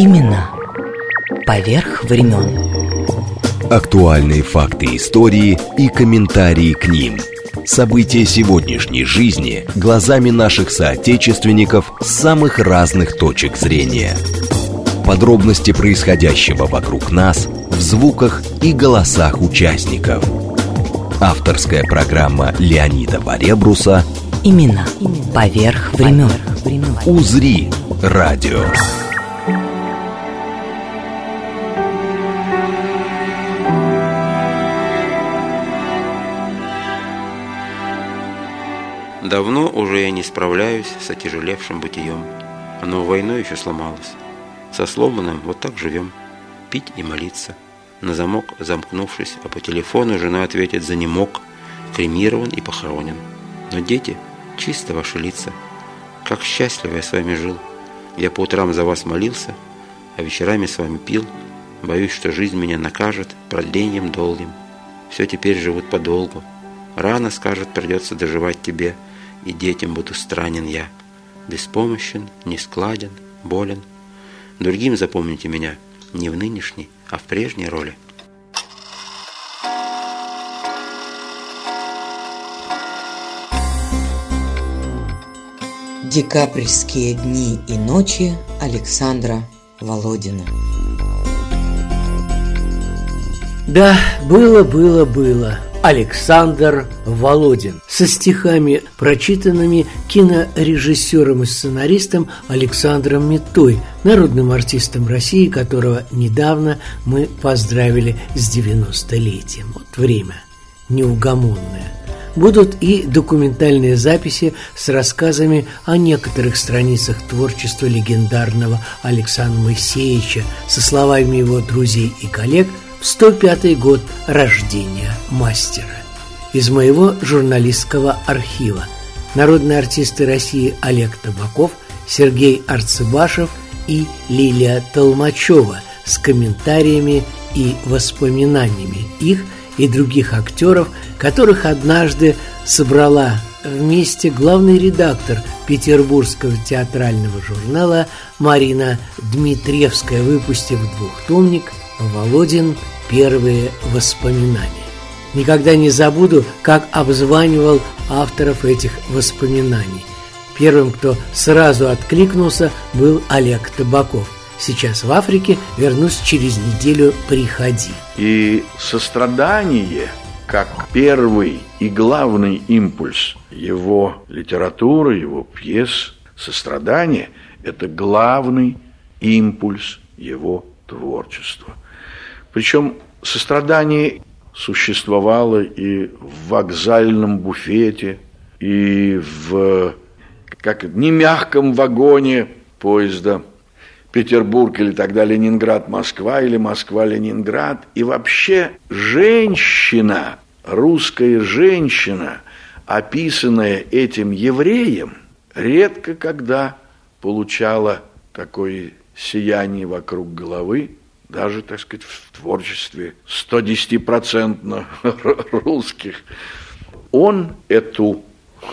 Имена поверх времен. Актуальные факты истории и комментарии к ним. События сегодняшней жизни глазами наших соотечественников с самых разных точек зрения. Подробности происходящего вокруг нас в звуках и голосах участников. Авторская программа Леонида Баребруса Имена поверх времен. «Узри радио». Давно уже я не справляюсь с отяжелевшим бытием. Оно войной еще сломалось. Со сломанным вот так живем. Пить и молиться. На замок замкнувшись, а по телефону жена ответит: занемог, кремирован и похоронен. Но дети, чисто ваши лица. Как счастливо я с вами жил. Я по утрам за вас молился, а вечерами с вами пил. Боюсь, что жизнь меня накажет продлением долгим. Все теперь живут подолгу. Рано, скажет, придется доживать тебе, и детям буду странен я. Беспомощен, нескладен, болен. Другим запомните меня не в нынешней, а в прежней роли. Декабрьские дни и ночи Александра Володина. Да, было. Александр Володин со стихами, прочитанными кинорежиссером и сценаристом Александром Миттой, народным артистом России, которого недавно мы поздравили с 90-летием. Вот время неугомонное. Будут и документальные записи с рассказами о некоторых страницах творчества легендарного Александра Моисеевича со словами его друзей и коллег в 105-й год рождения мастера. Из моего журналистского архива народные артисты России Олег Табаков, Сергей Арцебашев и Лилия Толмачева с комментариями и воспоминаниями их и других актеров, которых однажды собрала вместе главный редактор петербургского театрального журнала Марина Дмитриевская, выпустив двухтомник «Володин. Первые воспоминания». Никогда не забуду, как обзванивал авторов этих воспоминаний. Первым, кто сразу откликнулся, был Олег Табаков. Сейчас в Африке, вернусь через неделю, приходи. И сострадание, как первый и главный импульс его литературы, его пьес, сострадание – это главный импульс его творчества. Причем сострадание существовало и в вокзальном буфете, и в немягком вагоне поезда Петербург или тогда Ленинград-Москва или Москва-Ленинград. И вообще женщина, русская женщина, описанная этим евреем, редко когда получала такое сияние вокруг головы, даже, так сказать, в творчестве 110% русских. Он эту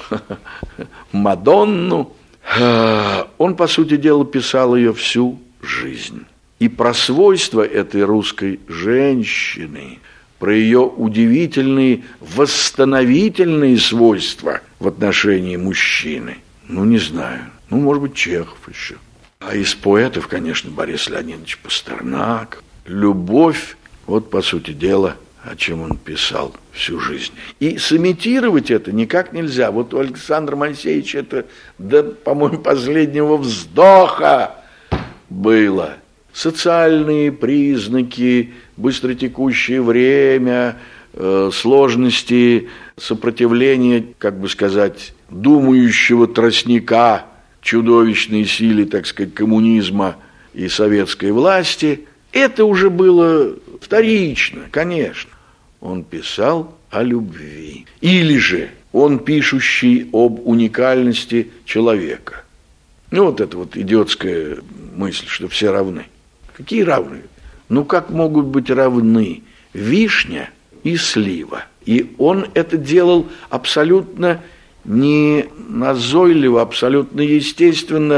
Мадонну, он, по сути дела, писал ее всю жизнь. И про свойства этой русской женщины, про ее удивительные восстановительные свойства в отношении мужчины, не знаю, может быть, Чехов еще. А из поэтов, конечно, Борис Леонидович Пастернак. Любовь, вот, по сути дела, о чем он писал всю жизнь. И сымитировать это никак нельзя. Вот у Александра Моисеевича это до, по-моему, последнего вздоха было. Социальные признаки, быстротекущее время, сложности сопротивления, думающего тростника чудовищной силе, так сказать, коммунизма и советской власти, это уже было вторично, конечно. Он писал о любви. Или же он пишущий об уникальности человека. Вот эта вот идиотская мысль, что все равны. Какие равны? Как могут быть равны вишня и слива? И он это делал абсолютно не назойливо, абсолютно естественно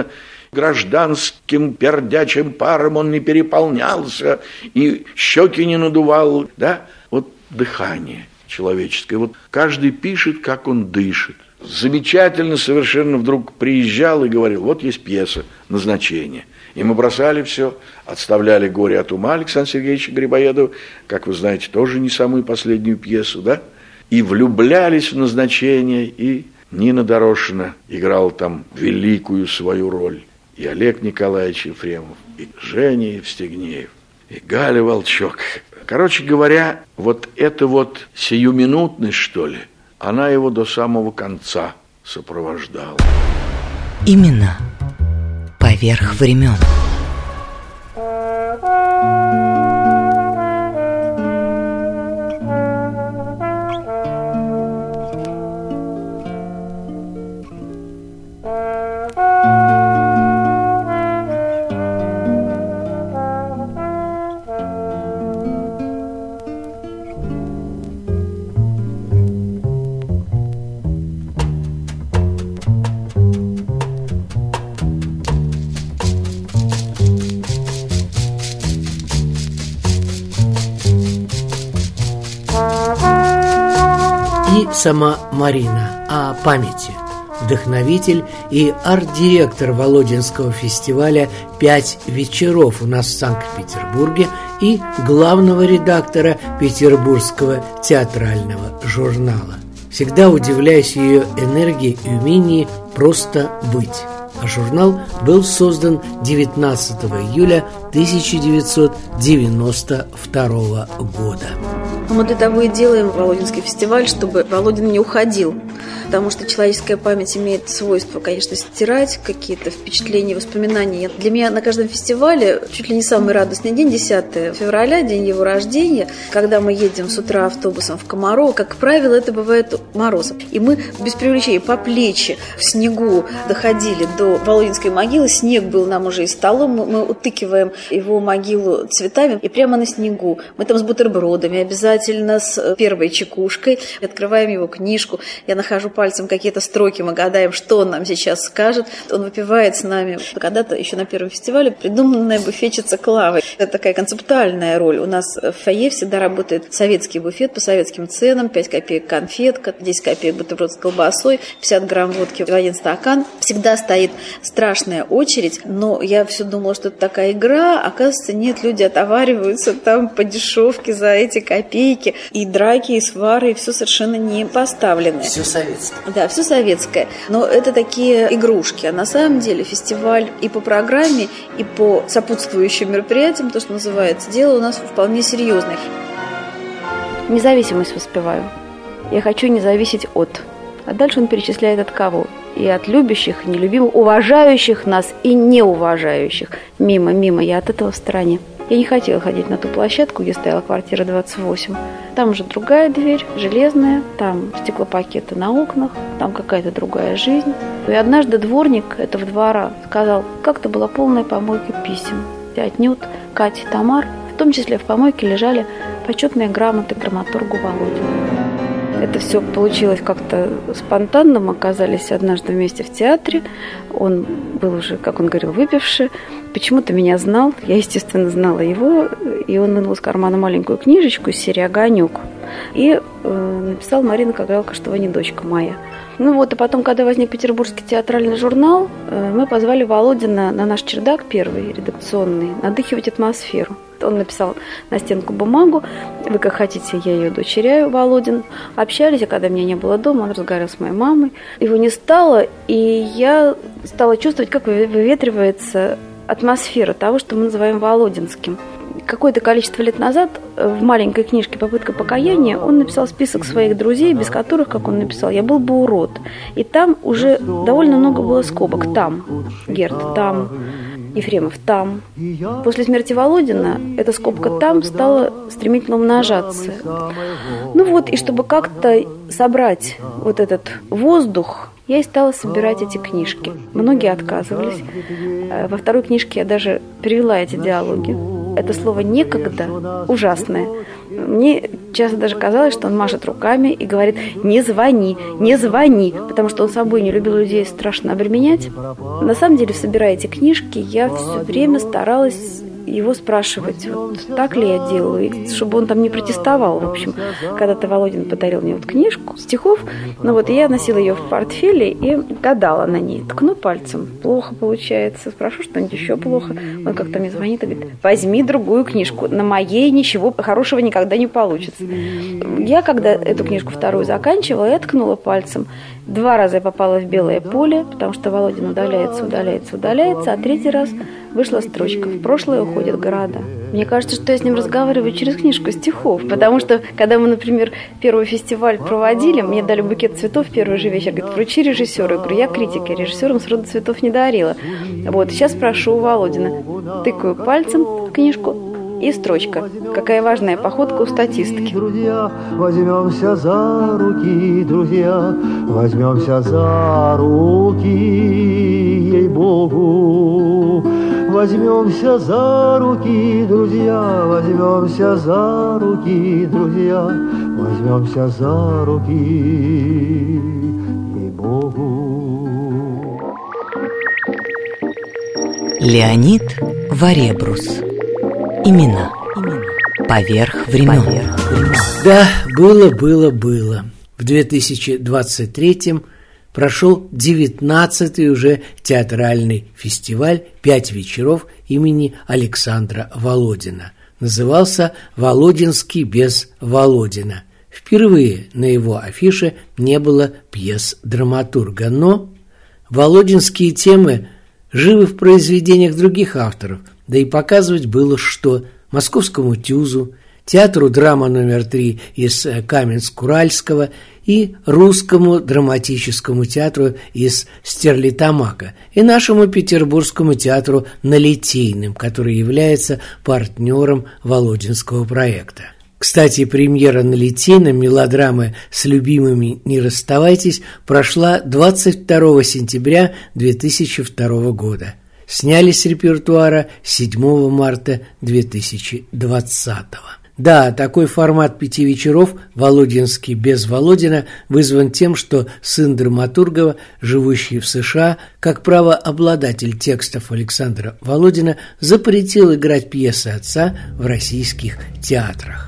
гражданским пердячим паром он не переполнялся и щеки не надувал, да? Вот дыхание человеческое. Вот каждый пишет, как он дышит. Замечательно совершенно вдруг приезжал и говорил: вот есть пьеса, назначение. И мы бросали все, отставляли «Горе от ума» Александра Сергеевича Грибоедова, как вы знаете, тоже не самую последнюю пьесу, да? И влюблялись в назначение, и Нина Дорошина играла там великую свою роль. И Олег Николаевич Ефремов, и Женя Евстигнеев, и Галя Волчок. Короче говоря, вот эта вот сиюминутность, что ли, она его до самого конца сопровождала. Именно поверх времен. И сама Марина о памяти. Вдохновитель и арт-директор Володинского фестиваля «Пять вечеров» у нас в Санкт-Петербурге и главного редактора Петербургского театрального журнала. Всегда удивляюсь ее энергии и умении просто быть. А журнал был создан 19 июля 1992 года. Мы для того и делаем Володинский фестиваль, чтобы Володин не уходил. Потому что человеческая память имеет свойство, конечно, стирать какие-то впечатления, воспоминания. Для меня на каждом фестивале чуть ли не самый радостный день, 10 февраля, день его рождения, когда мы едем с утра автобусом в Комарово. Как правило, это бывает мороз. И мы без привлечения по плечи в снегу доходили до Володинской могилы. Снег был нам уже и столом. Мы утыкиваем его могилу цветами и прямо на снегу. Мы там с бутербродами, обязательно с первой чекушкой. Открываем его книжку. Я нахожу пальцем какие-то строки, мы гадаем, что он нам сейчас скажет. Он выпивает с нами. Когда-то еще на первом фестивале придуманная буфетчица Клавы. Это такая концептуальная роль. У нас в фойе всегда работает советский буфет по советским ценам. 5 копеек конфетка, 10 копеек бутерброд с колбасой, 50 грамм водки в один стакан. Всегда стоит страшная очередь, но я все думала, что это такая игра. Оказывается, нет, люди отовариваются там по дешевке за эти копейки. И драки, и свары, и все совершенно не поставленное. Все советское. Да, все советское. Но это такие игрушки. А на самом деле фестиваль и по программе, и по сопутствующим мероприятиям, то, что называется, дело у нас вполне серьезное. Независимость воспеваю. Я хочу не зависеть от. А дальше он перечисляет от кого. И от любящих, и нелюбимых, уважающих нас и неуважающих. Мимо, я от этого в стороне. Я не хотела ходить на ту площадку, где стояла квартира 28. Там уже другая дверь, железная, там стеклопакеты на окнах, там какая-то другая жизнь. И однажды дворник этого двора сказал: как-то была полная помойка писем. И отнюдь Катя и Тамар, в том числе в помойке лежали почетные грамоты драматургу Володину. Это все получилось как-то спонтанно. Мы оказались однажды вместе в театре. Он был уже, как он говорил, выпивший. Почему-то меня знал. Я, естественно, знала его. И он вынул из кармана маленькую книжечку из серии «Огонек». И написал: Марина Кагайлка, что вы не дочка моя. Ну вот, и потом, когда возник Петербургский театральный журнал, мы позвали Володина на наш чердак первый, редакционный, надыхивать атмосферу. Он написал на стенку бумагу: вы как хотите, я ее удочеряю, Володин. Общались, а когда меня не было дома, он разговаривал с моей мамой. Его не стало, и я стала чувствовать, как выветривается атмосфера того, что мы называем володинским. Какое-то количество лет назад в маленькой книжке «Попытка покаяния» он написал список своих друзей, без которых, как он написал, я был бы урод. И там уже довольно много было скобок. Там Герд, там Ефремов, там. После смерти Володина эта скобка «там» стала стремительно умножаться. Ну вот, и чтобы как-то собрать вот этот воздух, я и стала собирать эти книжки. Многие отказывались. Во второй книжке я даже перевела эти диалоги. Это слово «некогда» ужасное. Мне часто даже казалось, что он машет руками и говорит: не звони, не звони, потому что он собой не любил людей страшно обременять. На самом деле, собирая эти книжки, я все время старалась его спрашивать, вот так ли я делаю, и чтобы он там не протестовал. В общем, когда-то Володин подарил мне вот книжку стихов, ну вот я носила ее в портфеле и гадала на ней, ткну пальцем, плохо получается, спрошу что-нибудь еще плохо, он как-то мне звонит и говорит: возьми другую книжку, на моей ничего хорошего никогда не получится. Я, когда эту книжку вторую заканчивала, я ткнула пальцем. 2 раза я попала в белое поле, потому что Володин удаляется, а 3-й раз вышла строчка: в прошлое уходят города. Мне кажется, что я с ним разговариваю через книжку стихов, потому что, когда мы, например, первый фестиваль проводили, мне дали букет цветов в первый же вечер, говорит: вручи режиссеру. Я говорю: я критик, я режиссерам сроду цветов не дарила. Вот, сейчас прошу у Володина. Тыкаю пальцем в книжку, и строчка. Какая важная походка у статистки. Друзья, возьмемся за руки, друзья, возьмемся за руки, ей-богу. Возьмемся за руки, друзья, возьмемся за руки, друзья, возьмемся за руки, ей-богу. Леонид Варебрус. Имена. Поверх времен. Да, было. В 2023-м прошел 19-й уже театральный фестиваль «5 вечеров» имени Александра Володина. Назывался «Володинский без Володина». Впервые на его афише не было пьес драматурга, но володинские темы живы в произведениях других авторов, да и показывать было что Московскому ТЮЗу, театру «Драма номер 3» из Каменск-Уральского и Русскому драматическому театру из Стерлитамака и нашему Петербургскому театру на Литейном, который является партнером Володинского проекта. Кстати, премьера на Литейном мелодрамы «С любимыми не расставайтесь» прошла 22 сентября 2002 года. Сняли с репертуара 7 марта 2020. Да, такой формат 5 вечеров, Володинский без Володина, вызван тем, что сын драматурга, живущий в США, как правообладатель текстов Александра Володина, запретил играть пьесы отца в российских театрах.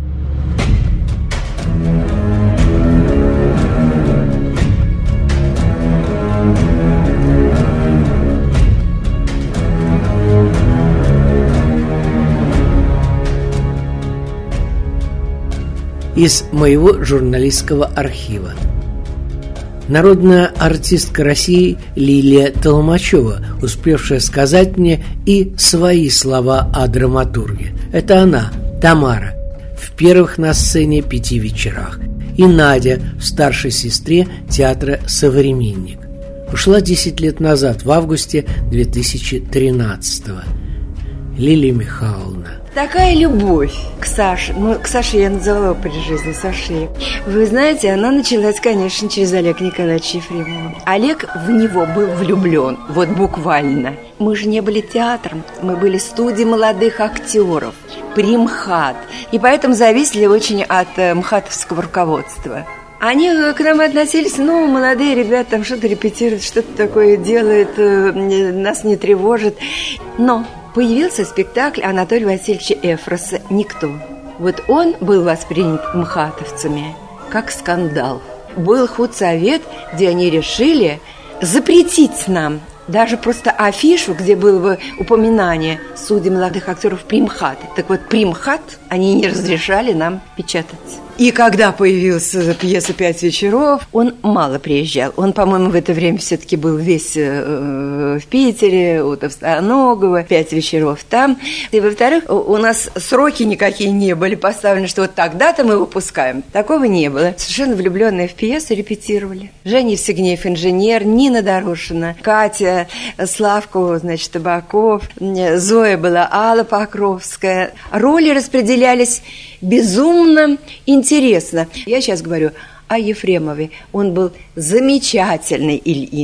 Из моего журналистского архива. Народная артистка России Лилия Толмачева, успевшая сказать мне и свои слова о драматурге. Это она, Тамара, в первых на сцене 5 вечерах, и Надя в старшей сестре театра «Современник». Ушла 10 лет назад, в августе 2013-го. Лилия Михайловна. Такая любовь к Саше. К Саше я называла его при жизни Сашей. Вы знаете, она началась, конечно, через Олега Николаевича Ефремова. Олег в него был влюблен, вот буквально. Мы же не были театром, мы были студией молодых актеров, при МХАТ. И поэтому зависели очень от МХАТовского руководства. Они к нам относились: молодые ребята там что-то репетируют, что-то такое делают, нас не тревожит. Но появился спектакль Анатолия Васильевича Эфроса «Никто». Вот он был воспринят мхатовцами как скандал. Был худсовет, где они решили запретить нам даже просто афишу, где было бы упоминание судей молодых актеров при МХАТ. Так вот, при МХАТ они не разрешали нам печатать. И когда появилась пьеса «5 вечеров», он мало приезжал. Он, по-моему, в это время все-таки был весь в Питере, у Товстоногова, 5 вечеров там. И, во-вторых, у нас сроки никакие не были поставлены, что вот тогда-то мы выпускаем. Такого не было. Совершенно влюбленные в пьесу репетировали. Женя Евсегнеев, инженер, Нина Дорошина, Катя, Славка, значит, Табаков, Зоя была, Алла Покровская. Роли распределялись безумно интересно. Я сейчас говорю о Ефремове. Он был замечательный Ильин.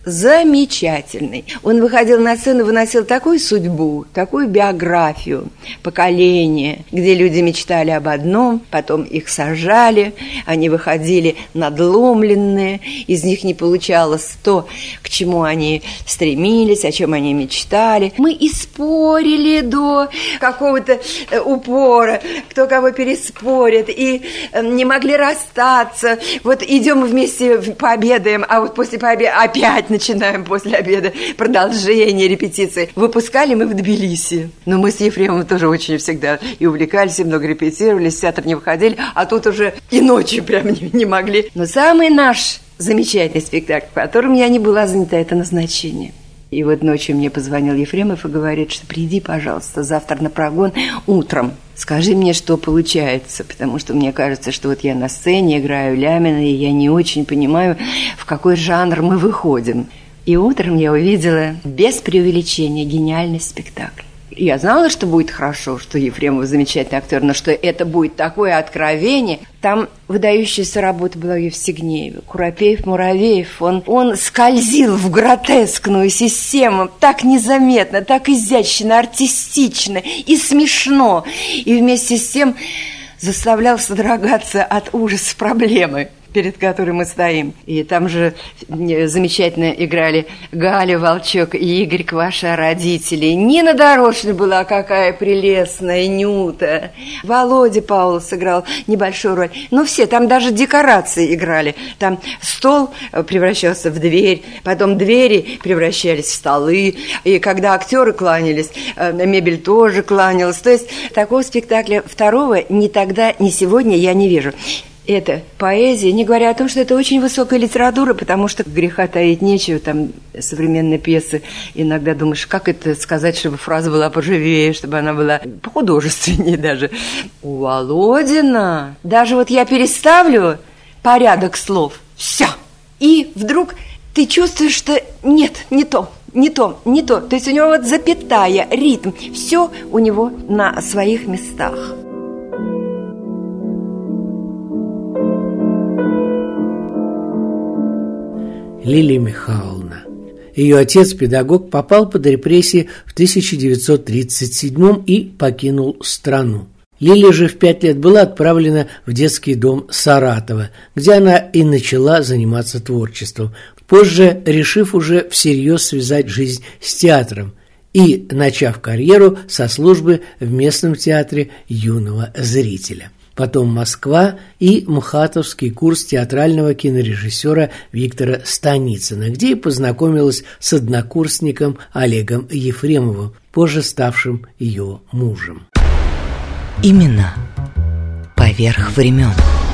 замечательный. Он выходил на сцену, выносил такую судьбу, такую биографию, поколение, где люди мечтали об одном, потом их сажали, они выходили надломленные, из них не получалось то, к чему они стремились, о чем они мечтали. Мы и спорили до какого-то упора, кто кого переспорит, и не могли расстаться. Вот идем вместе пообедаем, а вот после пообеда опять начинаем после обеда продолжение репетиции. Выпускали мы в Тбилиси. Но мы с Ефремовым тоже очень всегда и увлекались, и много репетировали, в театр не выходили, а тут уже и ночью прям не могли. Но самый наш замечательный спектакль, в котором я не была занята, это «Назначение». И вот ночью мне позвонил Ефремов и говорит, что приди, пожалуйста, завтра на прогон утром. Скажи мне, что получается, потому что мне кажется, что вот я на сцене играю Лямина, и я не очень понимаю, в какой жанр мы выходим. И утром я увидела, без преувеличения, гениальный спектакль. Я знала, что будет хорошо, что Ефремов замечательный актер, но что это будет такое откровение. Там выдающаяся работа была у Евстигнеева. Куропеев, Муравеев, он скользил в гротескную систему так незаметно, так изящно, артистично и смешно. И вместе с тем заставлял содрогаться от ужаса проблемы, перед которой мы стоим. И там же замечательно играли Галя Волчок и Игорь Кваша, родители. Нина Дорошина была какая прелестная, Нюта. Володя Паул сыграл небольшую роль. Ну, все, там даже декорации играли. Там стол превращался в дверь, потом двери превращались в столы. И когда актеры кланялись, мебель тоже кланялась. То есть такого спектакля второго ни тогда, ни сегодня я не вижу. Это поэзия, не говоря о том, что это очень высокая литература, потому что греха таить нечего, там современные пьесы, иногда думаешь, как это сказать, чтобы фраза была поживее, чтобы она была похудожественнее даже. У Володина, даже вот я переставлю порядок слов, все, и вдруг ты чувствуешь, что нет, не то. То есть у него вот запятая, ритм, все у него на своих местах. Лилия Михайловна. Ее отец, педагог, попал под репрессии в 1937 и покинул страну. Лилия же в 5 лет была отправлена в детский дом Саратова, где она и начала заниматься творчеством, позже решив уже всерьез связать жизнь с театром и начав карьеру со службы в местном театре юного зрителя. Потом Москва и МХАТовский курс театрального кинорежиссера Виктора Станицына, где и познакомилась с однокурсником Олегом Ефремовым, позже ставшим ее мужем. Имена поверх времен.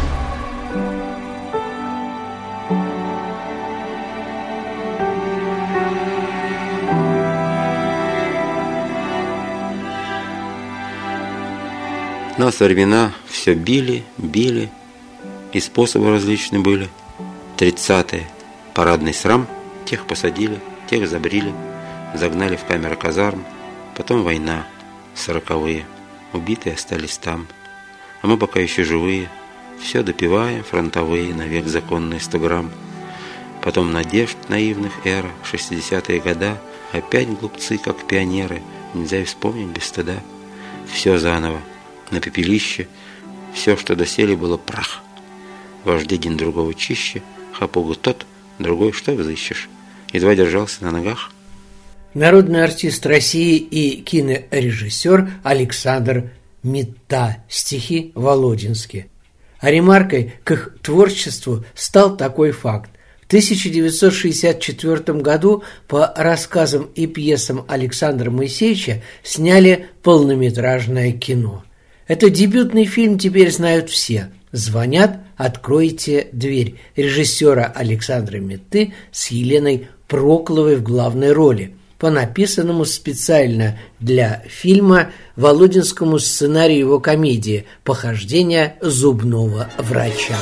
Нас времена все били, и способы различные были. 30-е парадный срам, тех посадили, тех забрили, загнали в камеры казарм. Потом война, 40-е, убитые остались там. А мы пока еще живые, все допиваем, фронтовые, навек законные 100 грамм. Потом надежд наивных эра, 60-е года, опять глупцы, как пионеры, нельзя и вспомнить без стыда. Все заново. На пепелище все, что доселе, было прах. Вождь один другого чище, хапугу тот, другой что взыщешь. Едва держался на ногах. Народный артист России и кинорежиссер Александр Митта. Стихи Володинские. А ремаркой к их творчеству стал такой факт. В 1964 году по рассказам и пьесам Александра Моисеевича сняли полнометражное кино. Это дебютный фильм теперь знают все. «Звонят, откройте дверь» режиссера Александра Митты с Еленой Прокловой в главной роли, по написанному специально для фильма володинскому сценарию его комедии «Похождения зубного врача».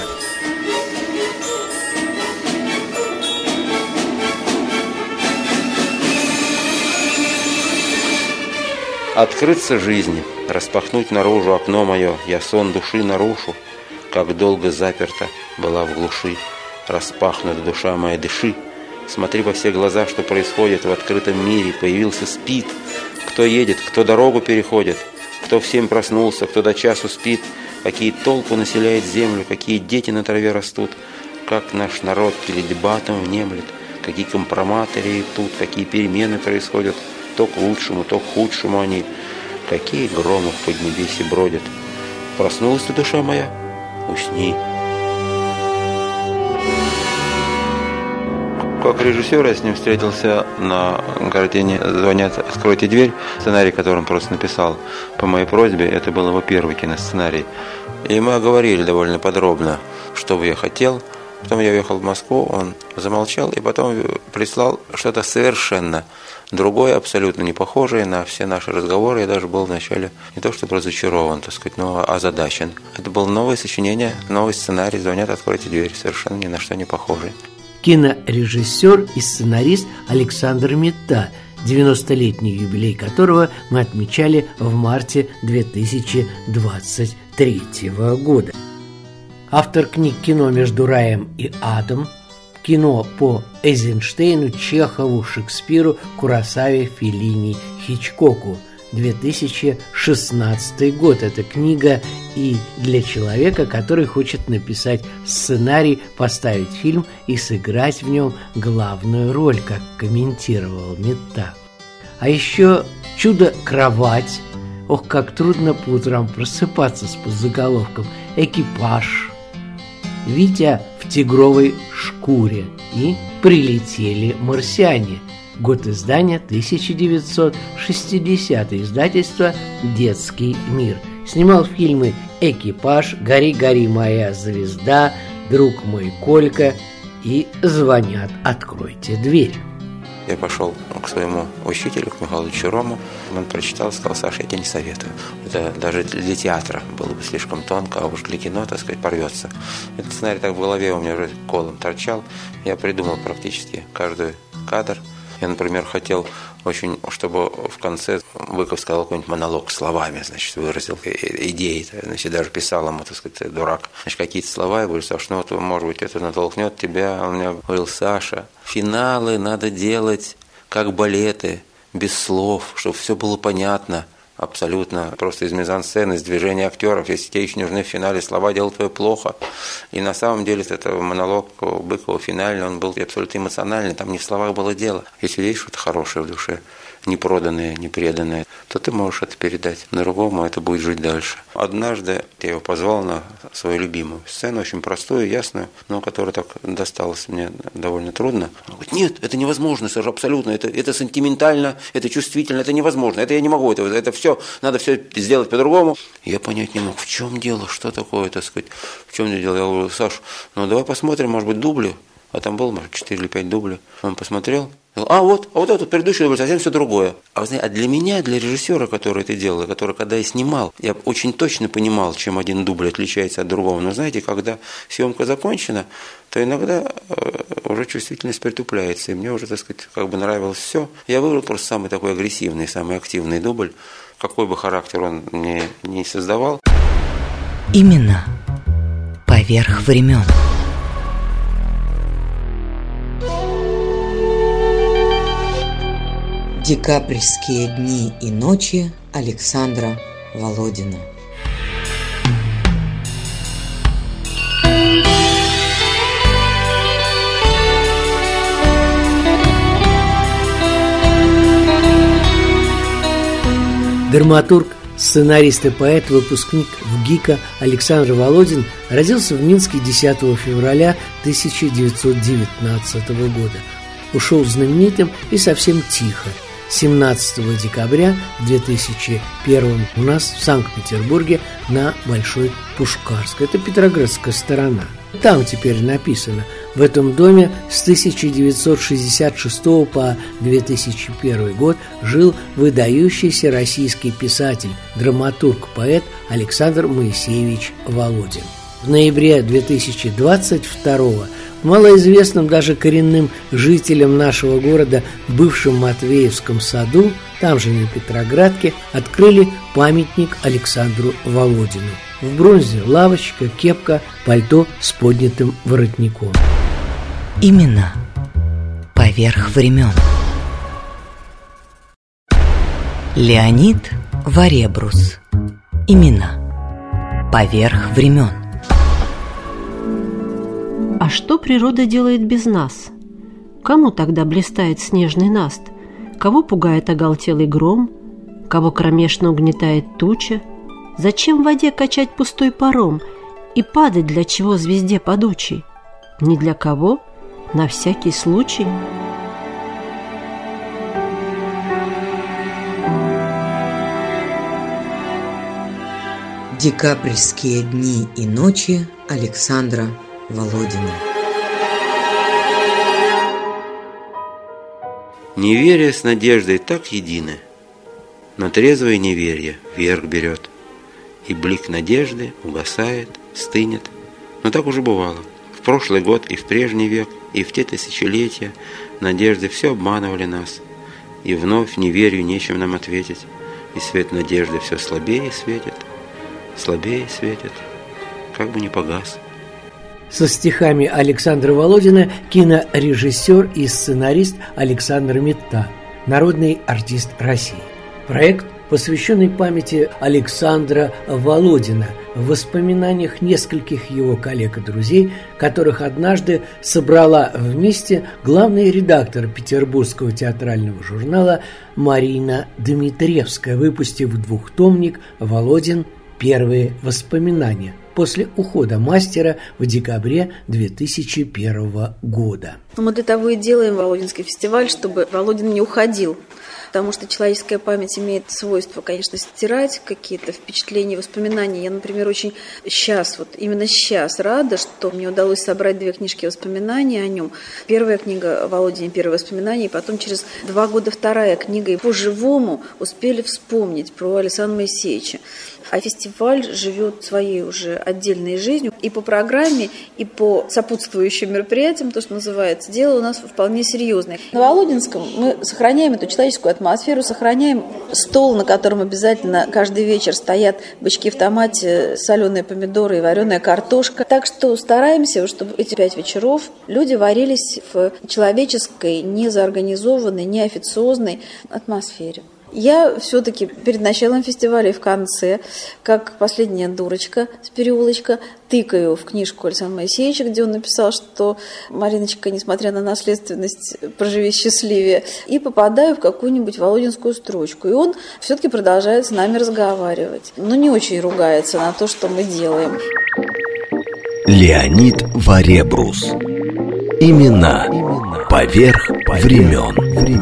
Открыться жизни, распахнуть наружу окно мое, я сон души нарушу, как долго заперта была в глуши. Распахнута душа моя, дыши, Смотри во все глаза, что происходит в открытом мире. Появился спит. Кто едет, кто дорогу переходит, кто в 7 проснулся, кто до часу спит. Какие толпы населяет землю, какие дети на траве растут. Как наш народ перед дебатом внемлет. Какие компроматы тут, какие перемены происходят. То к лучшему, то к худшему они. Какие громы в поднебесье бродят. Проснулась ты, душа моя? Усни. Как режиссер я с ним встретился на картине «Звонят, откройте дверь», сценарий, который он просто написал по моей просьбе. Это был его первый киносценарий. И мы оговорили довольно подробно, что бы я хотел. Потом я уехал в Москву, он замолчал и потом прислал что-то совершенно другое, абсолютно не похожее на все наши разговоры. Я даже был вначале не то чтобы разочарован, так сказать, но озадачен. Это было новое сочинение, новый сценарий «Звонят, откройте дверь», совершенно ни на что не похожий. Кинорежиссер и сценарист Александр Митта, 90-летний юбилей которого мы отмечали в марте 2023 года. Автор книг «Кино между раем и адом», кино по Эйзенштейну, Чехову, Шекспиру, Куросаве, Феллини, Хичкоку. 2016 год. Эта книга и для человека, который хочет написать сценарий, поставить фильм и сыграть в нем главную роль, как комментировал Митта. А еще «Чудо-кровать». Ох, как трудно по утрам просыпаться с подзаголовком «Экипаж», «Витя в тигровой шкуре» и «Прилетели марсиане». Год издания 1960, издательство «Детский мир». Снимал фильмы «Экипаж», «Гори, гори, моя звезда», «Друг мой Колька» и «Звонят, откройте дверь». Я пошел к своему учителю, к Михаилу Чурому. Он прочитал, сказал: Саша, я тебе не советую. Это даже для театра было бы слишком тонко, а уж для кино, так сказать, порвется. Этот сценарий так в голове у меня уже колом торчал. Я придумал практически каждый кадр. Я, например, хотел очень, чтобы в конце Быков сказал какой-нибудь монолог словами, значит, выразил идеи, значит, даже писал ему, так сказать, дурак. Значит, какие-то слова, я говорю: Саша, ну вот, может быть, это натолкнет тебя. Он мне говорил: Саша, финалы надо делать как балеты, без слов, чтобы все было понятно. Абсолютно просто из мизансцены, из движения актеров. Если тебе еще нужны в финале слова, делать твое плохо. И на самом деле это монолог Быкова финальный, он был абсолютно эмоциональный, там не в словах было дело. Если есть что-то хорошее в душе, непроданное, непреданное, то ты можешь это передать другому, это будет жить дальше. Однажды я его позвал на свою любимую сцену, очень простую, ясную, но которая так досталась мне довольно трудно. Он говорит: нет, это невозможно, Саша, абсолютно, это сентиментально, это чувствительно, это невозможно, это я не могу, это все, надо все сделать по-другому. Я понять не мог, в чем дело, что такое, так сказать, в чем дело. Я говорю: Саш, ну давай посмотрим, может быть, дубли. А там было, может, 4 или 5 дублей. Он посмотрел. Вот этот предыдущий дубль совсем все другое. А вы знаете, а для меня, для режиссера, который это делал, который когда я снимал, я очень точно понимал, чем один дубль отличается от другого. Но знаете, когда съемка закончена, то иногда уже чувствительность притупляется. И мне уже, так сказать, как бы нравилось все. Я выбрал просто самый такой агрессивный, самый активный дубль. Какой бы характер он мне не создавал. Именно поверх времен. Декабрьские дни и ночи Александра Володина. Драматург, сценарист и поэт, выпускник ВГИКа Александр Володин родился в Минске 10 февраля 1919 года. Ушел знаменитым и совсем тихо 17 декабря 2001 у нас в Санкт-Петербурге на Большой Пушкарской. Это Петроградская сторона. Там теперь написано: в этом доме с 1966 по 2001 год жил выдающийся российский писатель, драматург, поэт Александр Моисеевич Володин. В ноябре 2022 в малоизвестном даже коренным жителям нашего города бывшем Матвеевском саду, там же на Петроградке, открыли памятник Александру Володину. В бронзе лавочка, кепка, пальто с поднятым воротником. Именно поверх поверх времен. Леонид Варебрус. Имена поверх времен. А что природа делает без нас? Кому тогда блистает снежный наст? Кого пугает оголтелый гром? Кого кромешно угнетает туча? Зачем в воде качать пустой паром и падать для чего звезде падучей? Ни для кого, на всякий случай. Декабрьские дни и ночи Александра Володина. Неверие с надеждой так едины, но трезвое неверие вверх берет, и блик надежды угасает, стынет. Но так уже бывало. В прошлый год и в прежний век, и в те тысячелетия надежды все обманывали нас, и вновь неверию нечем нам ответить, и свет надежды все слабее светит, как бы не погас. Со стихами Александра Володина кинорежиссер и сценарист Александр Метта, народный артист России. Проект, посвященный памяти Александра Володина, в воспоминаниях нескольких его коллег и друзей, которых однажды собрала вместе главный редактор петербургского театрального журнала Марина Дмитриевская, выпустив двухтомник «Володин. Первые воспоминания» после ухода мастера в декабре 2001 года. Мы для того и делаем Володинский фестиваль, чтобы Володин не уходил. Потому что человеческая память имеет свойство, конечно, стирать какие-то впечатления, воспоминания. Я, например, очень именно сейчас рада, что мне удалось собрать 2 книжки воспоминаний о нем. Первая книга Володине «Первые воспоминания», и потом через 2 года 2-я книга. И по-живому успели вспомнить про Александра Моисеевича. А фестиваль живет своей уже отдельной жизнью. И по программе, и по сопутствующим мероприятиям, то, что называется, дело у нас вполне серьезное. На Володинском мы сохраняем эту человеческую атмосферу, сохраняем стол, на котором обязательно каждый вечер стоят бычки в томате, соленые помидоры и вареная картошка. Так что стараемся, чтобы эти 5 вечеров люди варились в человеческой, незаорганизованной, неофициозной атмосфере. Я все-таки перед началом фестиваля и в конце, как последняя дурочка с переулочка, тыкаю в книжку Александра Моисеевича, где он написал, что «Мариночка, несмотря на наследственность, проживи счастливее», и попадаю в какую-нибудь володинскую строчку. И он все-таки продолжает с нами разговаривать, но не очень ругается на то, что мы делаем. Леонид Варебрус. Имена поверх времен.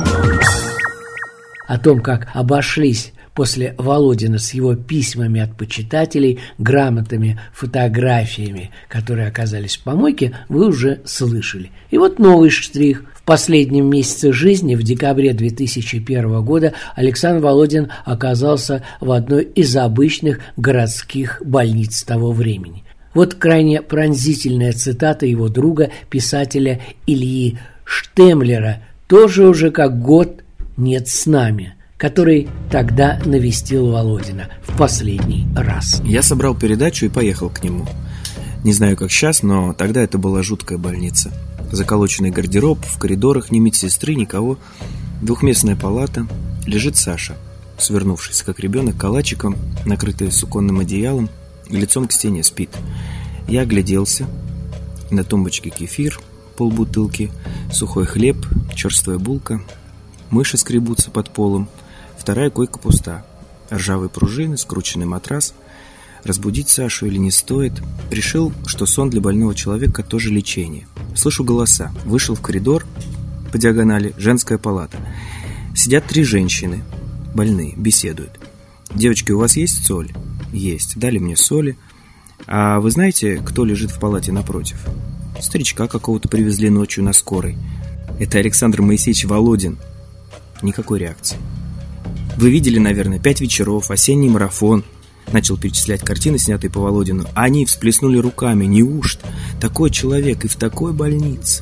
О том, как обошлись после Володина с его письмами от почитателей, грамотами, фотографиями, которые оказались в помойке, вы уже слышали. И вот новый штрих. В последнем месяце жизни, в декабре 2001 года, Александр Володин оказался в одной из обычных городских больниц того времени. Вот крайне пронзительная цитата его друга, писателя Ильи Штемлера, тоже уже как год нет с нами, который тогда навестил Володина в последний раз. Я собрал передачу и поехал к нему. Не знаю, как сейчас, но тогда это была жуткая больница. Заколоченный гардероб, в коридорах ни медсестры, никого. 2-местная палата. Лежит Саша, свернувшись, как ребенок, калачиком, накрытый суконным одеялом, лицом к стене спит. Я огляделся. На тумбочке кефир, полбутылки, сухой хлеб, черствая булка. Мыши скребутся под полом. 2-я койка пуста. Ржавые пружины, скрученный матрас. Разбудить Сашу или не стоит? Решил, что сон для больного человека тоже лечение. Слышу голоса. Вышел в коридор. По диагонали женская палата. Сидят 3 женщины. Больные. Беседуют. «Девочки, у вас есть соль?» «Есть. Дали мне соли. А вы знаете, кто лежит в палате напротив?» «Старичка какого-то привезли ночью на скорой. Это Александр Моисеевич Володин». Никакой реакции. «Вы видели, наверное, 5 вечеров, осенний марафон». Начал перечислять картины, снятые по Володину. А они всплеснули руками. Неужто такой человек и в такой больнице?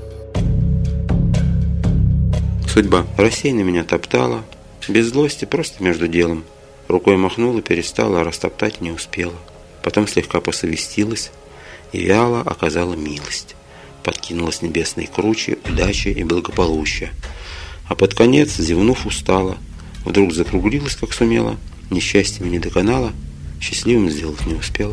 Судьба рассеянно меня топтала, без злости, просто между делом. Рукой махнула, перестала, а растоптать не успела. Потом слегка посовестилась и вяло оказала милость. подкинула с небесной кручи удачи и благополучия. А под конец, зевнув устало, вдруг закруглилась, как сумела, несчастьем не доконала, счастливым сделать не успела.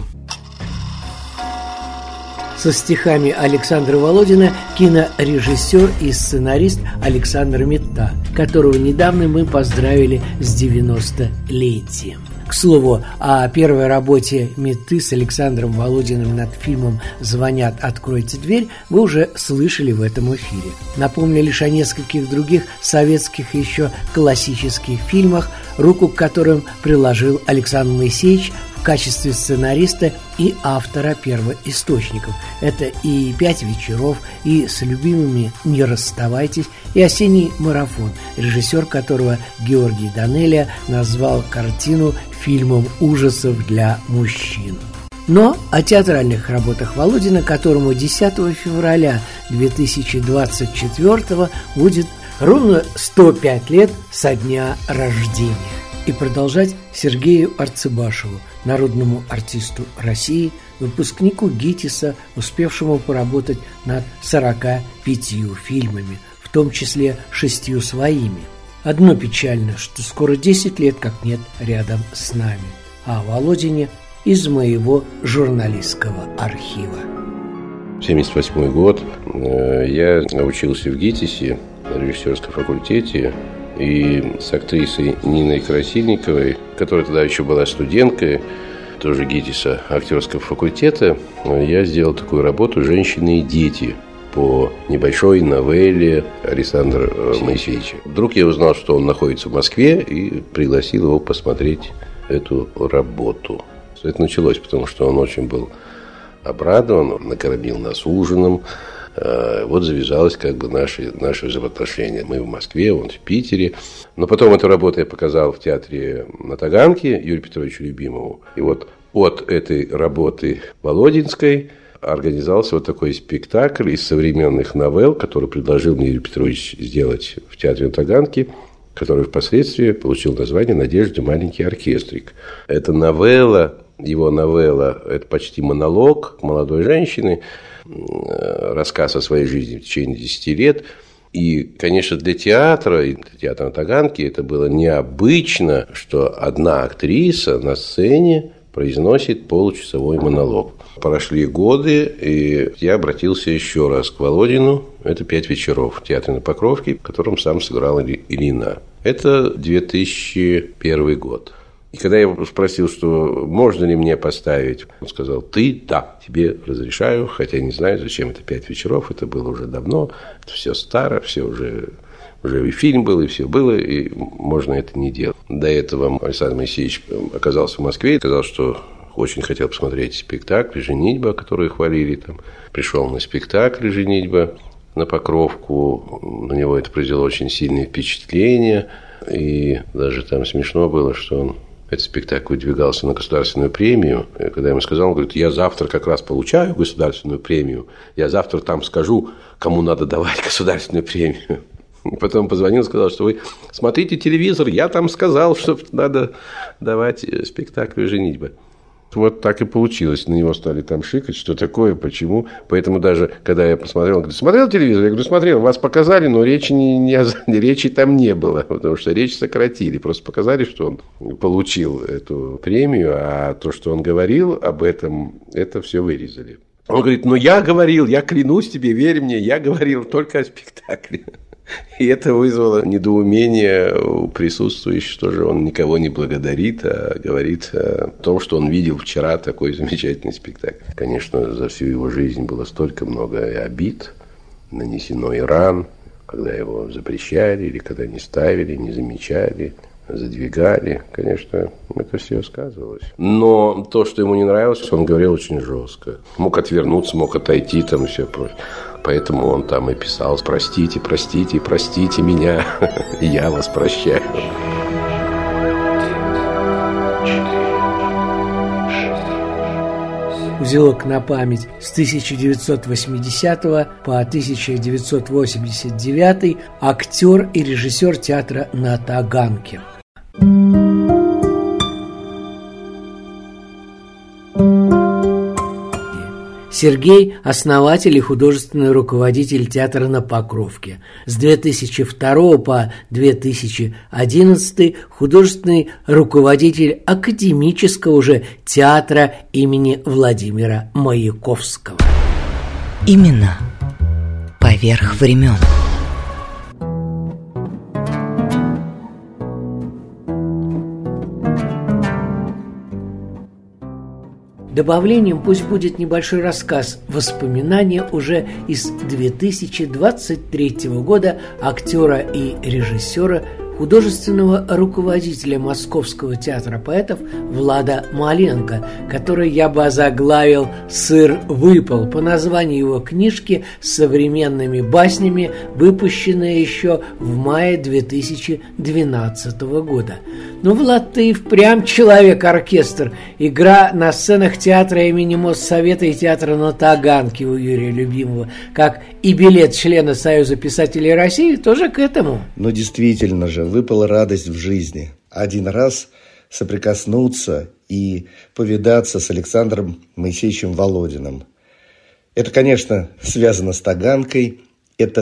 Со стихами Александра Володина кинорежиссер и сценарист Александр Метта, которого недавно мы поздравили с 90-летием. К слову, о первой работе Метты с Александром Володиным над фильмом «Звонят, откройте дверь» вы уже слышали в этом эфире. Напомню лишь о нескольких других советских еще классических фильмах, руку к которым приложил Александр Моисеевич в качестве сценариста и автора первоисточников. Это и «Пять вечеров», и «С любимыми не расставайтесь», и «Осенний марафон», режиссер которого Георгий Данелия назвал картину фильмом ужасов для мужчин. Но о театральных работах Володина, которому 10 февраля 2024 будет ровно 105 лет со дня рождения. И продолжать Сергею Арцебашеву, народному артисту России, выпускнику ГИТИСа, успевшему поработать над 45 фильмами, в том числе 6 своими. Одно печально, что скоро 10 лет как нет рядом с нами. А о Володине из моего журналистского архива. 1978 год. Я учился в ГИТИСе на режиссерском факультете. И с актрисой Ниной Красильниковой, которая тогда еще была студенткой, тоже ГИТИСа, актерского факультета, я сделал такую работу «Женщины и дети» по небольшой новелле Александра Моисеевича. Вдруг я узнал, что он находится в Москве, и пригласил его посмотреть эту работу. Это началось, потому что он очень был обрадован, он накормил нас ужином. Вот завязалось как бы наши взаимоотношения. Мы в Москве, он в Питере. Но потом эту работу я показал в театре на Таганке Юрию Петровичу Любимову. И вот от этой работы володинской организовался вот такой спектакль из современных новелл, который предложил мне Юрий Петрович сделать в театре на Таганке, который впоследствии получил название «Надежда. Маленький оркестрик». Это новелла, его новелла, это почти монолог молодой женщины, рассказ о своей жизни в течение 10 лет. И, конечно, для театра, и для театра на Таганке это было необычно, что одна актриса на сцене произносит получасовой монолог. Прошли годы, и я обратился еще раз к Володину. Это «Пять вечеров» в театре на Покровке, в котором сам сыграл Ильина. Это 2001 год. И когда я его спросил, что можно ли мне поставить, он сказал: ты, да, тебе разрешаю, хотя не знаю, зачем это 5 вечеров, это было уже давно, это все старо, все уже и фильм был, и все было, и можно это не делать. До этого Александр Моисеевич оказался в Москве и сказал, что очень хотел посмотреть спектакль «Женитьба», который хвалили там. Пришел на спектакль «Женитьба» на Покровку, на него это произвело очень сильное впечатление, и даже там смешно было, что он этот спектакль выдвигался на государственную премию. И когда я ему сказал, он говорит: я завтра как раз получаю государственную премию, я завтра там скажу, кому надо давать государственную премию. И потом позвонил и сказал, что вы смотрите телевизор, я там сказал, что надо давать спектакль «Женитьба». Вот так и получилось. На него стали там шикать, что такое, почему. Поэтому даже, когда я посмотрел, он говорит: смотрел телевизор? Я говорю: смотрел, вас показали, но речи там не было, потому что речь сократили. Просто показали, что он получил эту премию, а то, что он говорил об этом, это все вырезали. Он говорит: ну я говорил, я клянусь тебе, верь мне, я говорил только о спектакле. И это вызвало недоумение у присутствующих, что же он никого не благодарит, а говорит о том, что он видел вчера такой замечательный спектакль. Конечно, за всю его жизнь было столько много обид, нанесено и ран, когда его запрещали, или когда не ставили, не замечали, задвигали. Конечно, это все сказывалось. Но то, что ему не нравилось, он говорил очень жестко. Мог отвернуться, мог отойти там и все прочее. Поэтому он там и писал: простите, простите, простите меня, я вас прощаю. Узелок на память с 1980 по 1989 актер и режиссер театра на Таганке. Сергей – основатель и художественный руководитель театра на Покровке. С 2002 по 2011 художественный руководитель академического уже театра имени Владимира Маяковского. Имена поверх времен. Добавлением пусть будет небольшой рассказ, воспоминания уже из 2023 года актера и режиссера, художественного руководителя Московского театра поэтов Влада Маленко, который я бы озаглавил «Сыр выпал» по названию его книжки с современными баснями, выпущенной еще в мае 2012 года. Ну, Влад, ты впрямь человек-оркестр. Игра на сценах театра имени Моссовета и театра на Таганке у Юрия Любимого, как и билет члена Союза писателей России, тоже к этому. Но действительно же, выпала радость в жизни. Один раз соприкоснуться и повидаться с Александром Моисеевичем Володиным. Это, конечно, связано с Таганкой. Это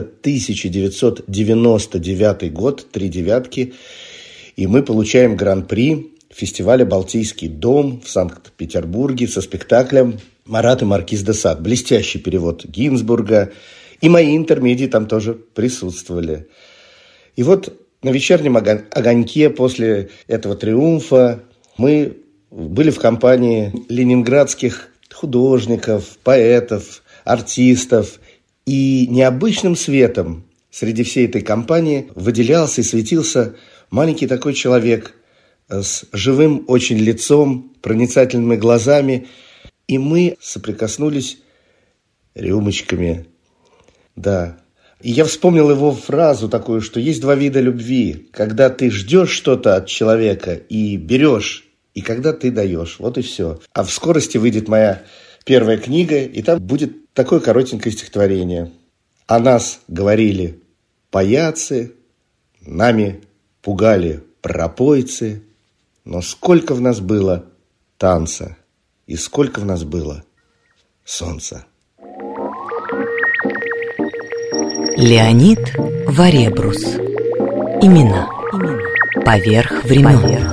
1999 год, 3 девятки. И мы получаем гран-при фестиваля «Балтийский дом» в Санкт-Петербурге со спектаклем «Марат и маркиз де Сад». Блестящий перевод Гинзбурга. И мои интермедии там тоже присутствовали. И вот на вечернем огоньке после этого триумфа мы были в компании ленинградских художников, поэтов, артистов. И необычным светом среди всей этой компании выделялся и светился маленький такой человек с живым очень лицом, проницательными глазами. И мы соприкоснулись рюмочками. Да. И я вспомнил его фразу такую, что есть два вида любви. Когда ты ждешь что-то от человека и берешь, и когда ты даешь. Вот и все. А в скорости выйдет моя первая книга, и там будет такое коротенькое стихотворение. О нас говорили паяцы, нами пугали пропойцы, но сколько в нас было танца, и сколько в нас было солнца. Леонид Варебрус. Имена поверх времен.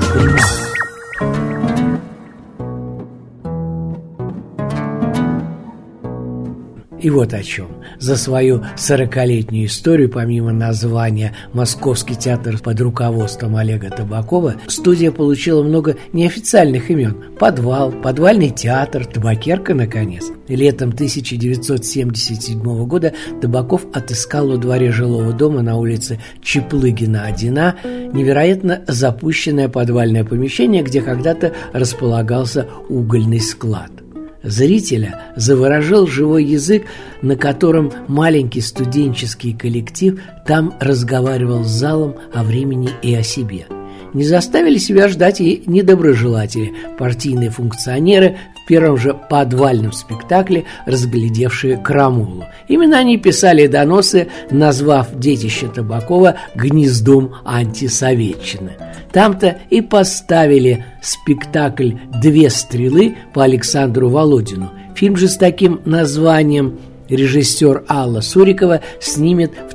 И вот о чем. За свою 40-летнюю историю, помимо названия «Московский театр» под руководством Олега Табакова, студия получила много неофициальных имен. «Подвал», «Подвальный театр», «Табакерка», наконец. Летом 1977 года Табаков отыскал во дворе жилого дома на улице Чаплыгина, 1А, невероятно запущенное подвальное помещение, где когда-то располагался угольный склад. Зрителя заворожил живой язык, на котором маленький студенческий коллектив там разговаривал с залом о времени и о себе. Не заставили себя ждать и недоброжелатели, партийные функционеры, в первом же подвальном спектакле разглядевшие крамолу. Именно они писали доносы, назвав детище Табакова гнездом антисоветчины. Там-то и поставили спектакль «Две стрелы» по Александру Володину. Фильм же с таким названием режиссер Алла Сурикова снимет в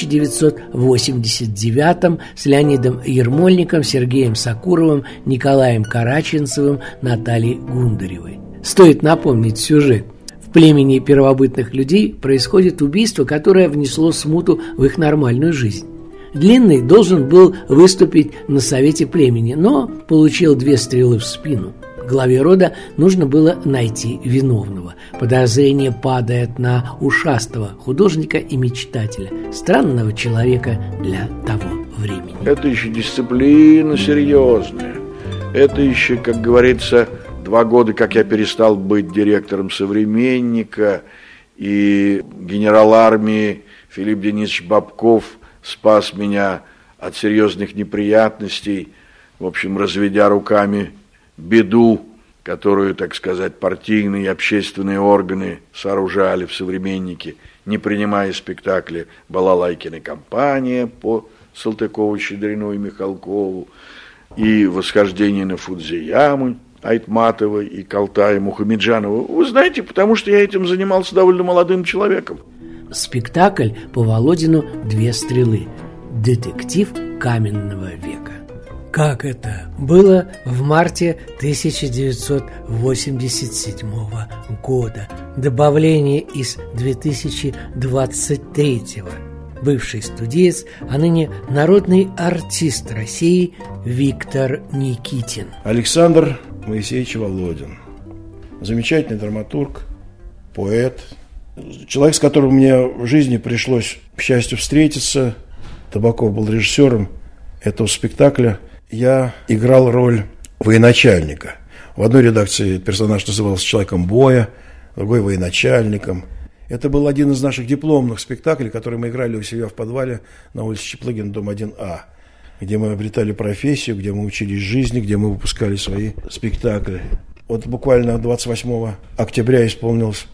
1989-м с Леонидом Ермольником, Сергеем Сакуровым, Николаем Караченцевым, Натальей Гундаревой. Стоит напомнить сюжет. В племени первобытных людей происходит убийство, которое внесло смуту в их нормальную жизнь. Длинный должен был выступить на совете племени, но получил 2 стрелы в спину. Главе рода нужно было найти виновного. Подозрение падает на ушастого художника и мечтателя, странного человека для того времени. Это еще дисциплина серьезная. Это еще, как говорится, 2 года, как я перестал быть директором «Современника», и генерал армии Филипп Денисович Бабков спас меня от серьезных неприятностей, в общем, разведя руками беду, которую, так сказать, партийные и общественные органы сооружали в «Современнике», не принимая спектакли «Балалайкина компания» по Салтыкову, Щедрину и Михалкову, и «Восхождение на Фудзияму» Айтматова и Калтая Мухамеджанова? Вы знаете, потому что я этим занимался довольно молодым человеком. Спектакль по Володину «Две стрелы». Детектив каменного века. Как это было в марте 1987 года. Добавление из 2023. Бывший студиец, а ныне народный артист России Виктор Никитин. Александр Моисеевич Володин. Замечательный драматург, поэт. Человек, с которым мне в жизни пришлось, к счастью, встретиться. Табаков был режиссером этого спектакля. Я играл роль военачальника. В одной редакции персонаж назывался «Человеком боя», в другой «Военачальником». Это был один из наших дипломных спектаклей, который мы играли у себя в подвале на улице Чаплыгина, дом 1А, где мы обретали профессию, где мы учились жизни, где мы выпускали свои спектакли. Вот буквально 28 октября исполнилось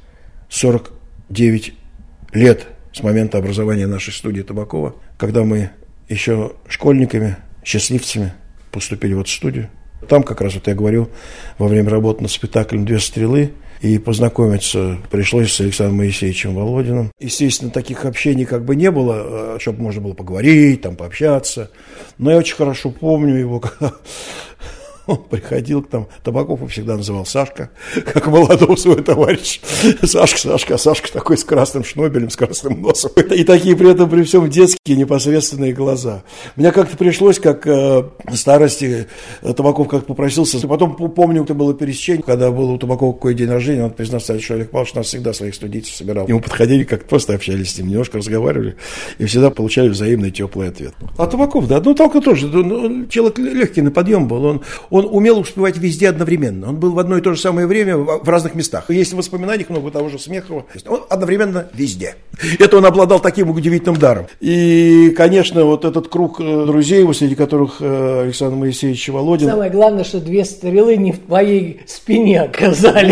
49 лет с момента образования нашей студии Табакова, когда мы еще школьниками, счастливцами поступили в эту студию. Там как раз, вот я говорил, во время работы над спектаклем «Две стрелы», и познакомиться пришлось с Александром Моисеевичем Володиным. Естественно, таких общений как бы не было, чтобы можно было поговорить, там, пообщаться. Но я очень хорошо помню его, когда он приходил к нам. Табаков всегда называл Сашка, как молодого своего товарища. Сашка, Сашка такой с красным шнобелем, с красным носом. И такие при этом при всем детские непосредственные глаза. Мне как-то пришлось, как в старости, Табаков как попросился. Потом помню, это было пересечение, когда было у Табакова какой день рождения, надо признаться, что Олег Павлович нас всегда своих студийцев собирал. Ему подходили, как просто общались с ним, немножко разговаривали, и всегда получали взаимный теплый ответ. А Табаков, да, только тоже, человек легкий на подъем был, он умел успевать везде одновременно. Он был в одно и то же самое время в разных местах. Есть в воспоминаниях много того же Смехова. Он одновременно везде. Это он обладал таким удивительным даром. И, конечно, вот этот круг друзей, среди которых Александр Моисеевич Володин. Самое главное, что две стрелы не в твоей спине оказались.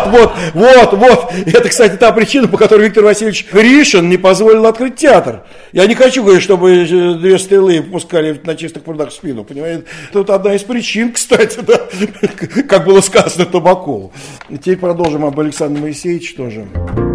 Вот. Это, кстати, та причина, по которой Виктор Васильевич Гришин не позволил открыть театр. Я не хочу говорить, чтобы две стрелы пускали на чистых прудах в спину, понимаете? Это одна из причин, кстати. Да, как было сказано Табакову. Теперь продолжим об Александре Моисеевиче тоже.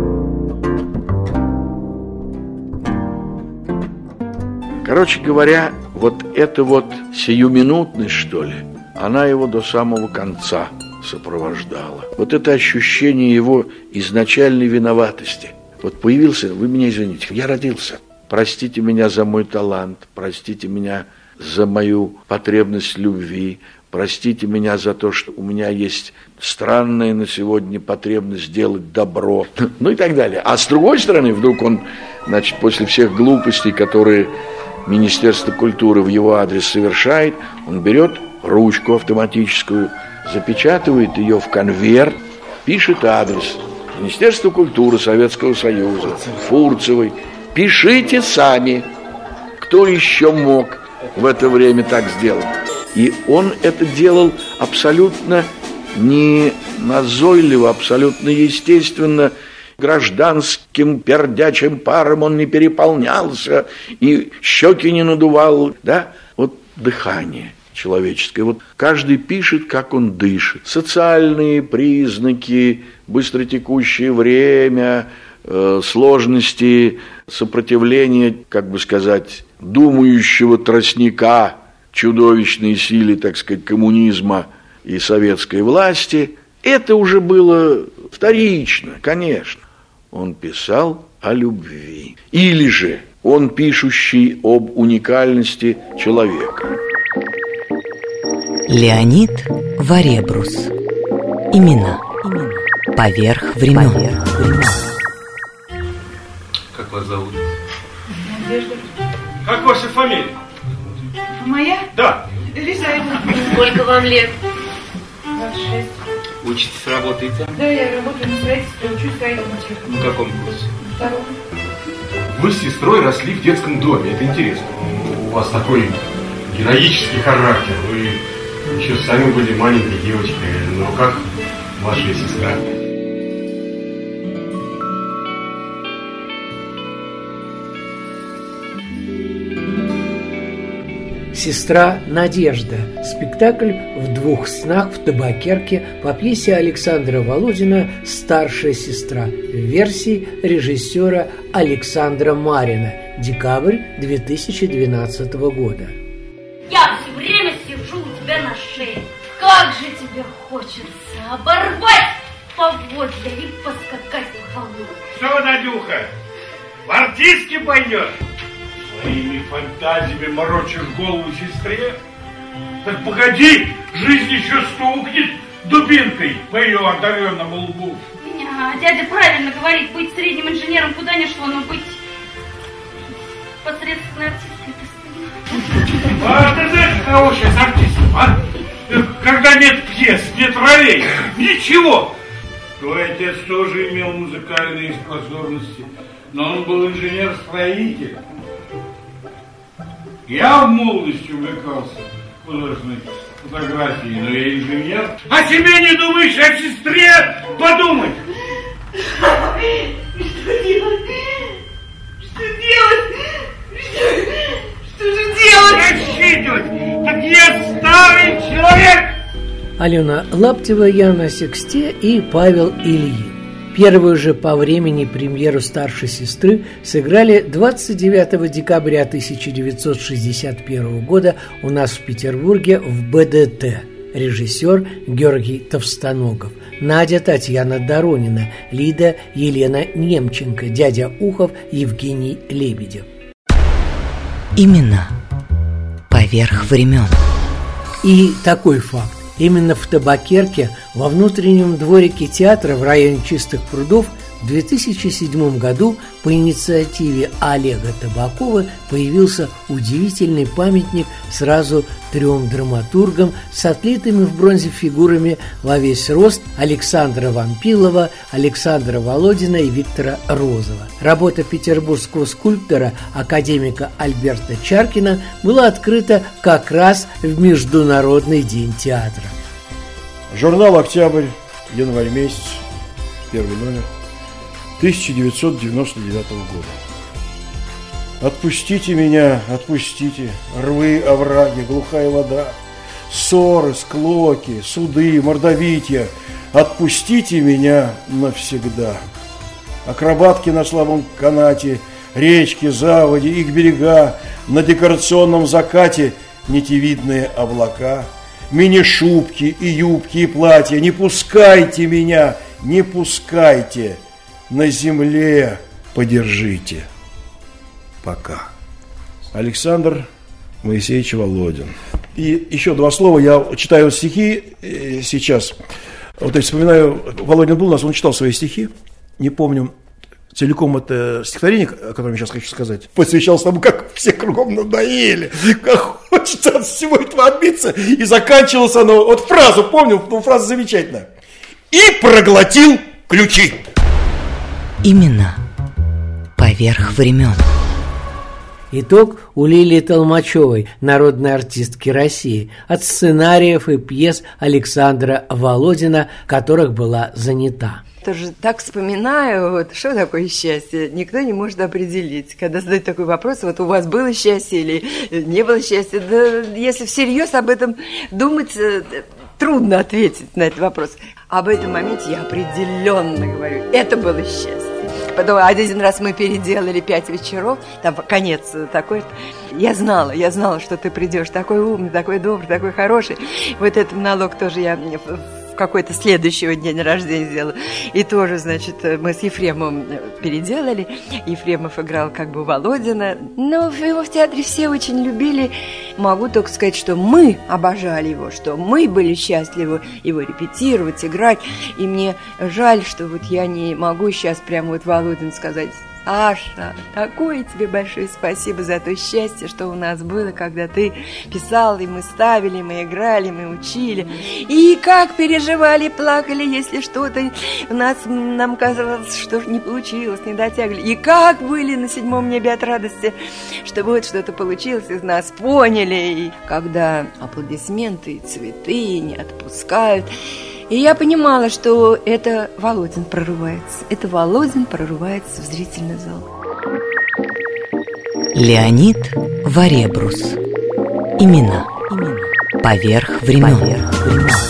Короче говоря, вот эта вот сиюминутность, что ли, она его до самого конца сопровождала. Вот это ощущение его изначальной виноватости. Вот появился, вы меня извините, я родился. Простите меня за мой талант, простите меня за мою потребность любви, простите меня за то, что у меня есть странная на сегодня потребность сделать добро, ну и так далее. А с другой стороны, вдруг он, значит, после всех глупостей, которые Министерство культуры в его адрес совершает, он берет ручку автоматическую, запечатывает ее в конверт, пишет адрес Министерство культуры Советского Союза, Фурцевой. Пишите сами, кто еще мог в это время так сделать. И он это делал абсолютно не назойливо, абсолютно естественно, гражданским пердячим паром он не переполнялся и щеки не надувал, да? Вот дыхание человеческое. Вот каждый пишет, как он дышит. Социальные признаки, быстротекущее время, сложности сопротивления, как бы сказать, думающего тростника чудовищной силе, так сказать, коммунизма и советской власти, это уже было вторично, конечно. Он писал о любви. Или же он пишущий об уникальности человека. Леонид Варебрус. Имена. Поверх времен. Как вас зовут? Надежда. Как ваша фамилия? Моя? Да. Рязаева. Сколько вам лет? 26. Учитесь, работаете? Да, я работаю на строительстве, учусь строительным техникум. На каком курсе? Втором. Вы с сестрой росли в детском доме, это интересно. У вас такой героический характер. Вы еще сами были маленькой девочкой, на руках ваша сестра. «Сестра Надежда». Спектакль в 2 снах в Табакерке по пьесе Александра Володина «Старшая сестра» в версии режиссера Александра Марина. Декабрь 2012 года. Я все время сижу у тебя на шее. Как же тебе хочется оборвать поводья и поскакать в холму. Что, Надюха, в артистке пойдешь? Своими фантазиями морочишь голову сестре? Так погоди, жизнь еще стукнет дубинкой по ее одаренному лбу. Дядя правильно говорит, быть средним инженером куда ни шло, но быть посредственной артисткой это стыдно. А ты знаешь, кого сейчас артистом, а? Когда нет пьес, нет ролей, ничего. Твой отец тоже имел музыкальные способности, но он был инженер-строитель. Я в молодости увлекался художественной фотографией, но я инженер. О себе не думаешь, о сестре подумать. Что делать? Что делать? Что же делать? Рассчитывать. Так я старый человек. Алена Лаптева, Яна Сексте и Павел Ильин. Первую же по времени премьеру «Старшей сестры» сыграли 29 декабря 1961 года у нас в Петербурге в БДТ. Режиссер Георгий Товстоногов, Надя Татьяна Доронина, Лида Елена Немченко, дядя Ухов Евгений Лебедев. Имена поверх времен. И такой факт. Именно в Табакерке, во внутреннем дворике театра в районе Чистых прудов, в 2007 году по инициативе Олега Табакова появился удивительный памятник сразу 3 драматургам с отлитыми в бронзе фигурами во весь рост Александра Вампилова, Александра Володина и Виктора Розова. Работа петербургского скульптора, академика Альберта Чаркина, была открыта как раз в Международный день театра. Журнал «Октябрь», январь месяц, 1 номер, 1999 года. Отпустите меня, отпустите, рвы, овраги, глухая вода, ссоры, склоки, суды, мордовитья, отпустите меня навсегда. Акробатки на слабом канате, речки, заводи, их берега, на декорационном закате нитевидные облака, мини-шубки и юбки и платья, не пускайте меня, не пускайте. На земле подержите. Пока. Александр Моисеевич Володин. И еще 2 слова. Я читаю стихи сейчас. Вот я вспоминаю, Володин был у нас, он читал свои стихи. Не помню целиком это стихотворение, о котором я сейчас хочу сказать. Посвящался тому, как все кругом надоели, как хочется от всего этого отбиться. И заканчивалось оно, вот фразу, помню, фраза замечательная. И проглотил ключи. Имена поверх времен. Итог у Лилии Толмачевой, народной артистки России, от сценариев и пьес Александра Володина, которых была занята. Тоже так вспоминаю, вот, что такое счастье, никто не может определить. Когда задают такой вопрос, вот у вас было счастье или не было счастья, да, если всерьез об этом думать, трудно ответить на этот вопрос. Об этом моменте я определенно говорю, это было счастье. Потом один раз мы переделали 5 вечеров, там конец такой. Я знала, что ты придешь, такой умный, такой добрый, такой хороший. Вот этот монолог тоже я в какой-то следующего дня рождения сделала. И тоже, значит, мы с Ефремовым переделали. Ефремов играл как бы Володина. Но его в театре все очень любили. Могу только сказать, что мы обожали его, что мы были счастливы его репетировать, играть. И мне жаль, что вот я не могу сейчас прямо вот Володин сказать: Аша, такое тебе большое спасибо за то счастье, что у нас было, когда ты писал, и мы ставили, мы играли, мы учили. И как переживали, плакали, если что-то нам казалось, что не получилось, не дотягивали. И как были на 7 небе от радости, что вот что-то получилось, из нас поняли. И когда аплодисменты и цветы не отпускают. И я понимала, что это Володин прорывается. Это Володин прорывается в зрительный зал. Леонид Варебрус. Имена. Поверх времен.